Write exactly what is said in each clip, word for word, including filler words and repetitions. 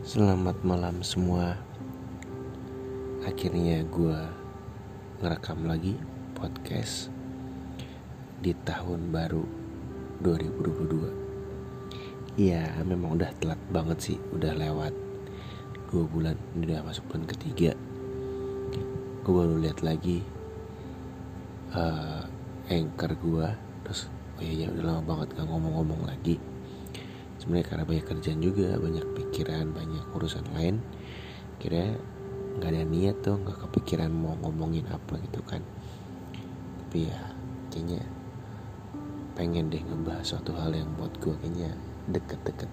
Selamat malam semua. Akhirnya gue ngerekam lagi podcast di tahun baru dua ribu dua puluh dua. Iya, memang udah telat banget sih. Udah lewat dua bulan. Ini udah masuk bulan ketiga. Gue baru lihat lagi uh, anchor gue. Terus oh iya, udah lama banget gak ngomong-ngomong lagi. Sebenarnya karena banyak kerjaan juga, banyak pikiran, banyak urusan lain, kira nggak ada niat tuh, nggak kepikiran mau ngomongin apa gitu kan. Tapi ya kayaknya pengen deh ngebahas suatu hal yang buat gue kayaknya deket-deket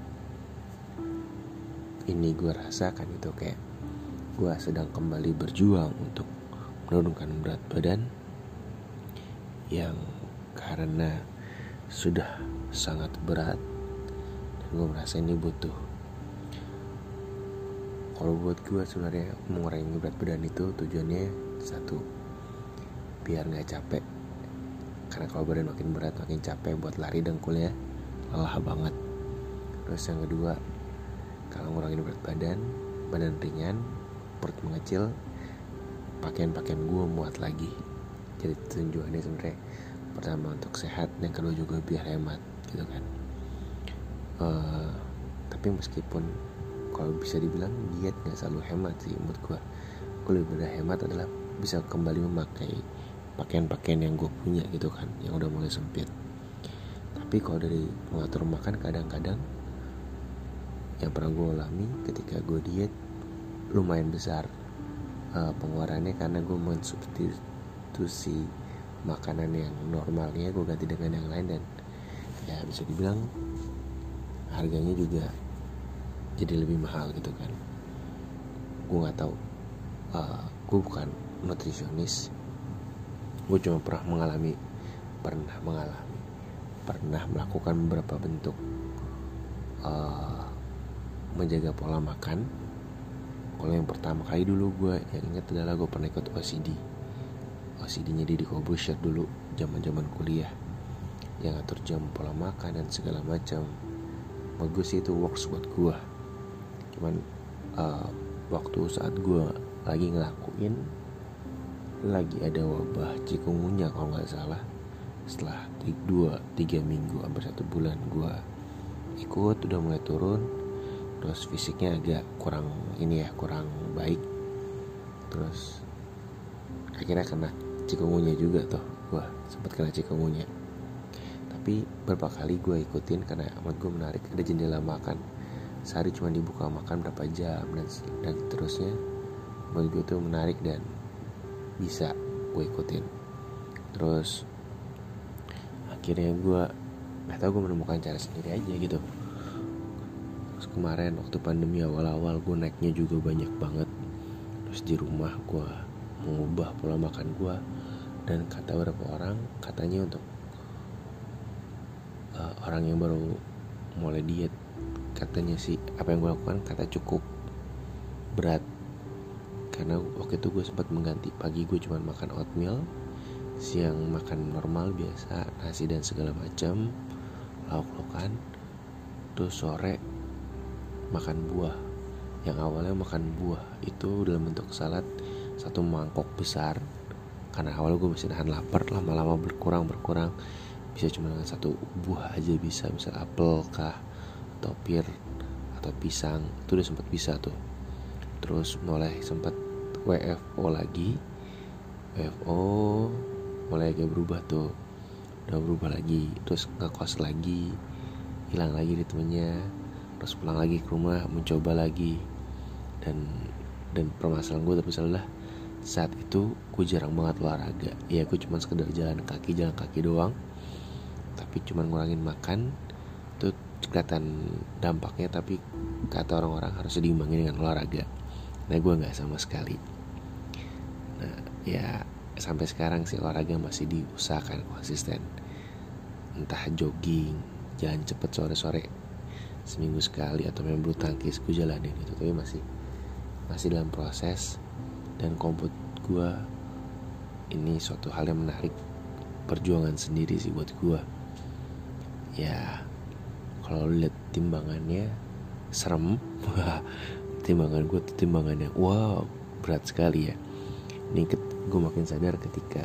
ini gue rasakan gitu, kayak gue sedang kembali berjuang untuk menurunkan berat badan yang karena sudah sangat berat. Gue merasa ini butuh. Kalau buat gue sebenarnya mengurangi berat badan itu tujuannya satu, biar gak capek. Karena kalau badan makin berat makin capek, buat lari dengkulnya lelah banget. Terus yang kedua, kalau ngurangin berat badan, badan ringan, perut mengecil, pakaian-pakaian gue muat lagi. Jadi tujuannya sebenarnya pertama untuk sehat, yang kedua juga biar hemat gitu kan. Uh, tapi meskipun kalau bisa dibilang diet gak selalu hemat sih menurut gue. Gue lebih mudah hemat adalah bisa kembali memakai pakaian-pakaian yang gue punya gitu kan, yang udah mulai sempit. Tapi kalau dari mengatur makan, kadang-kadang yang pernah gue alami ketika gue diet lumayan besar uh, pengeluarannya, karena gue mensubstitusi makanan yang normalnya gue ganti dengan yang lain, dan ya bisa dibilang harganya juga jadi lebih mahal gitu kan. Gue nggak tahu, uh, gue bukan nutrisionis. Gue cuma pernah mengalami, pernah mengalami, pernah melakukan beberapa bentuk uh, menjaga pola makan. Kalau yang pertama kali dulu gue yang ingat adalah gue pernah ikut O C D. O C D-nya Deddy Corbuzier dulu, zaman-zaman kuliah, yang ngatur jam pola makan dan segala macam. Bagus sih, itu works buat gue. Cuman uh, waktu saat gue lagi ngelakuin, lagi ada wabah cikungunya kalau nggak salah, setelah dua tiga minggu hampir satu bulan gue ikut, udah mulai turun, terus fisiknya agak kurang ini ya kurang baik, terus akhirnya kena cikungunya juga tuh. Gue sempat kena cikungunya. Tapi beberapa kali gue ikutin karena menurut gue menarik. Ada jendela makan, sehari cuma dibuka makan berapa jam dan, dan terusnya. Menurut gue tuh menarik dan bisa gue ikutin. Terus akhirnya gue gak tau, gue menemukan cara sendiri aja gitu. Terus kemarin waktu pandemi awal-awal gue naiknya juga banyak banget. Terus di rumah gue mengubah pola makan gue, dan kata beberapa orang katanya untuk Uh, orang yang baru mulai diet, katanya sih apa yang gue lakukan kata cukup berat. Karena waktu itu gue sempat mengganti, pagi gue cuma makan oatmeal, siang makan normal biasa, nasi dan segala macam, lauk-laukan, terus sore makan buah. Yang awalnya makan buah itu dalam bentuk salad satu mangkok besar, karena awalnya gue masih nahan lapar, lama-lama berkurang berkurang bisa cuma dengan satu buah aja bisa, misal apel kah, atau pir, atau pisang, itu udah sempat bisa tuh. Terus mulai sempat W F O lagi, W F O mulai agak berubah tuh, udah berubah lagi, terus ngekos lagi, hilang lagi di temennya, terus pulang lagi ke rumah, mencoba lagi. Dan dan permasalahan gue terus adalah saat itu gue jarang banget olahraga. Ya gue cuma sekedar jalan kaki, jalan kaki doang. Tapi cuma ngurangin makan itu kelihatan dampaknya, tapi kata orang-orang harus diimbangi dengan olahraga. Nah gue gak sama sekali. Nah ya sampai sekarang sih olahraga masih diusahakan konsisten, entah jogging, jalan cepet sore-sore seminggu sekali, atau main bulu tangkis gue jalanin itu. Tapi masih masih dalam proses. Dan komput gue ini suatu hal yang menarik, perjuangan sendiri sih buat gue. Ya kalau lihat timbangannya serem, pertimbangan gue tuh timbangan yang wow berat sekali ya. Ini gue makin sadar ketika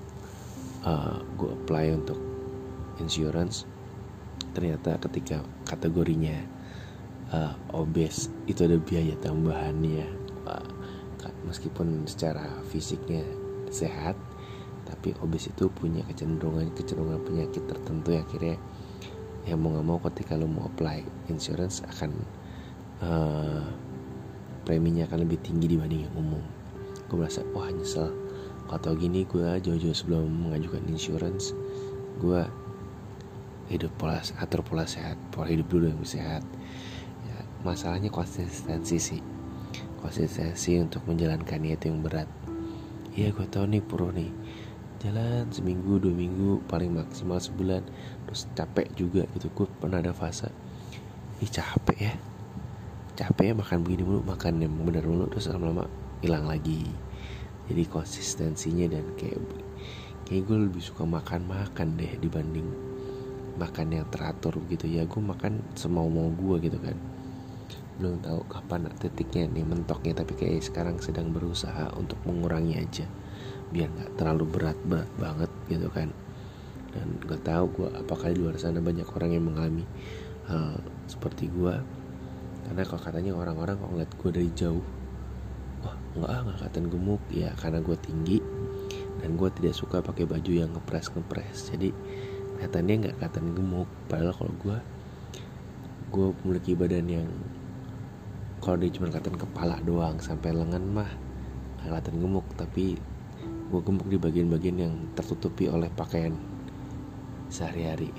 uh, gue apply untuk insurance. Ternyata ketika kategorinya uh, obes itu ada biaya tambahannya. uh, Meskipun secara fisiknya sehat, tapi obes itu punya kecenderungan kecenderungan penyakit tertentu yang akhirnya ya mau nggak mau ketika lo mau apply insurance akan uh, preminya akan lebih tinggi dibanding yang umum. Gue merasa wah nyesel kalau tau gini gue jauh-jauh sebelum mengajukan insurance gue hidup pola atur pola sehat, pola hidup dulu yang sehat. Ya, masalahnya konsistensi sih, konsistensi untuk menjalankannya itu yang berat. Iya gue tahu nih pro nih, jalan seminggu dua minggu paling maksimal sebulan terus capek juga gitu. Gue pernah ada fase ih capek ya capek ya makan begini mulu, makan yang benar mulu, terus lama-lama hilang lagi. Jadi konsistensinya dan kayak kayak gue lebih suka makan-makan deh dibanding makan yang teratur gitu ya. Gue makan semau-mau gue gitu kan. Belum tahu kapan titiknya nih mentoknya, tapi kayak sekarang sedang berusaha untuk mengurangi aja biar nggak terlalu berat-berat banget gitu kan. Dan nggak tahu gue apakah di luar sana banyak orang yang mengalami hal seperti gue. Karena kalau katanya orang-orang kalau ngeliat gue dari jauh, wah nggak ah nggak kelihatan gemuk ya, karena gue tinggi dan gue tidak suka pakai baju yang ngepres-ngepres. Jadi kelihatannya nggak kelihatan gemuk. Padahal kalau gue gue memiliki badan yang kalau dia cuma kelihatan kepala doang sampai lengan mah nggak kelihatan gemuk, tapi gue gemuk di bagian-bagian yang tertutupi oleh pakaian sehari-hari.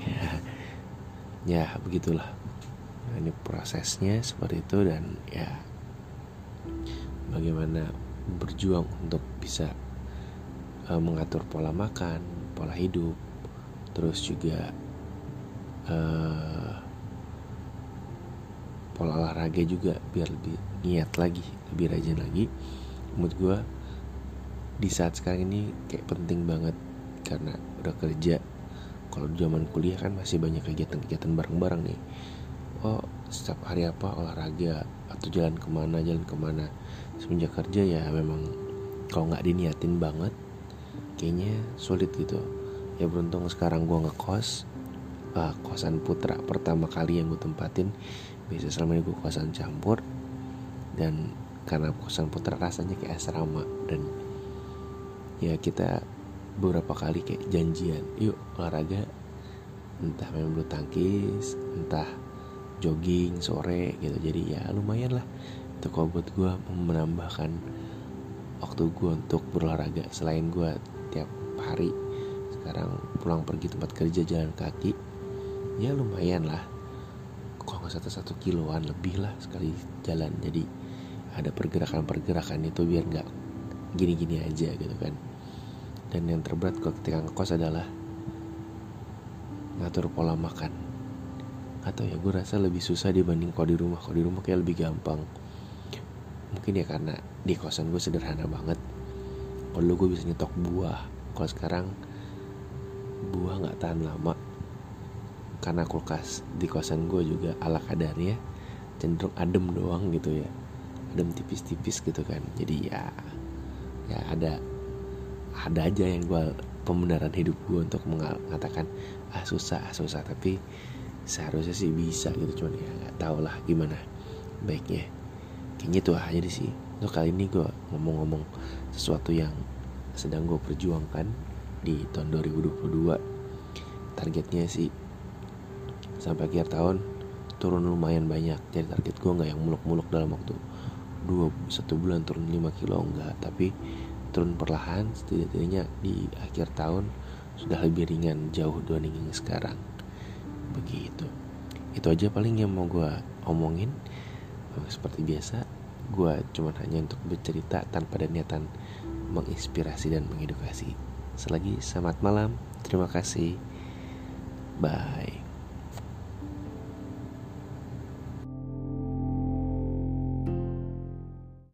Ya begitulah. Nah, ini prosesnya seperti itu, dan ya bagaimana berjuang untuk bisa uh, mengatur pola makan, pola hidup, terus juga uh, pola olahraga juga biar lebih niat lagi, lebih rajin lagi. Menurut gue di saat sekarang ini kayak penting banget karena udah kerja. Kalau zaman kuliah kan masih banyak kegiatan-kegiatan bareng-bareng nih. Oh setiap hari apa olahraga atau jalan kemana jalan kemana. Semenjak kerja ya memang kalau nggak diniatin banget kayaknya sulit gitu. Ya beruntung sekarang gue ngekos, uh, kosan putra pertama kali yang gue tempatin. Biasa selama ini gue kosan campur, dan karena kosan putra rasanya kayak asrama, dan ya kita beberapa kali kayak janjian yuk olahraga, entah main bulu tangkis, entah jogging sore gitu. Jadi ya lumayan lah itu kalau buat gue menambahkan waktu gue untuk berolahraga. Selain gue tiap hari sekarang pulang pergi tempat kerja jalan kaki, ya lumayan lah, kalau nggak satu satu kiloan lebih lah sekali jalan. Jadi ada pergerakan-pergerakan itu biar nggak gini-gini aja gitu kan. Dan yang terberat kalau ketika ngekos adalah ngatur pola makan. Atau ya gue rasa lebih susah dibanding kalau di rumah. Kalau di rumah kayak lebih gampang. Mungkin ya karena di kosan gue sederhana banget. Kalau dulu gue bisa nyetok buah, kalau sekarang buah nggak tahan lama karena kulkas di kosan gue juga ala kadarnya cenderung adem doang gitu ya, adem tipis-tipis gitu kan. Jadi ya ya ada ada aja yang gue pembenaran hidup gue untuk mengatakan ah susah ah susah, tapi seharusnya sih bisa gitu. Cuman ya nggak tahu lah gimana baiknya. Kayaknya tuh aja deh sih. Untuk kali ini gue ngomong-ngomong sesuatu yang sedang gue perjuangkan di tahun dua ribu dua puluh dua. Targetnya sih sampai akhir tahun turun lumayan banyak. Jadi target gue gak yang muluk-muluk dalam waktu dua, satu bulan turun lima kilo, enggak. Tapi turun perlahan, setidaknya di akhir tahun sudah lebih ringan jauh dibanding yang sekarang. Begitu. Itu aja paling yang mau gue omongin. Seperti biasa, gue cuma hanya untuk bercerita tanpa ada niatan menginspirasi dan mengedukasi. Selagi selamat malam, terima kasih, bye.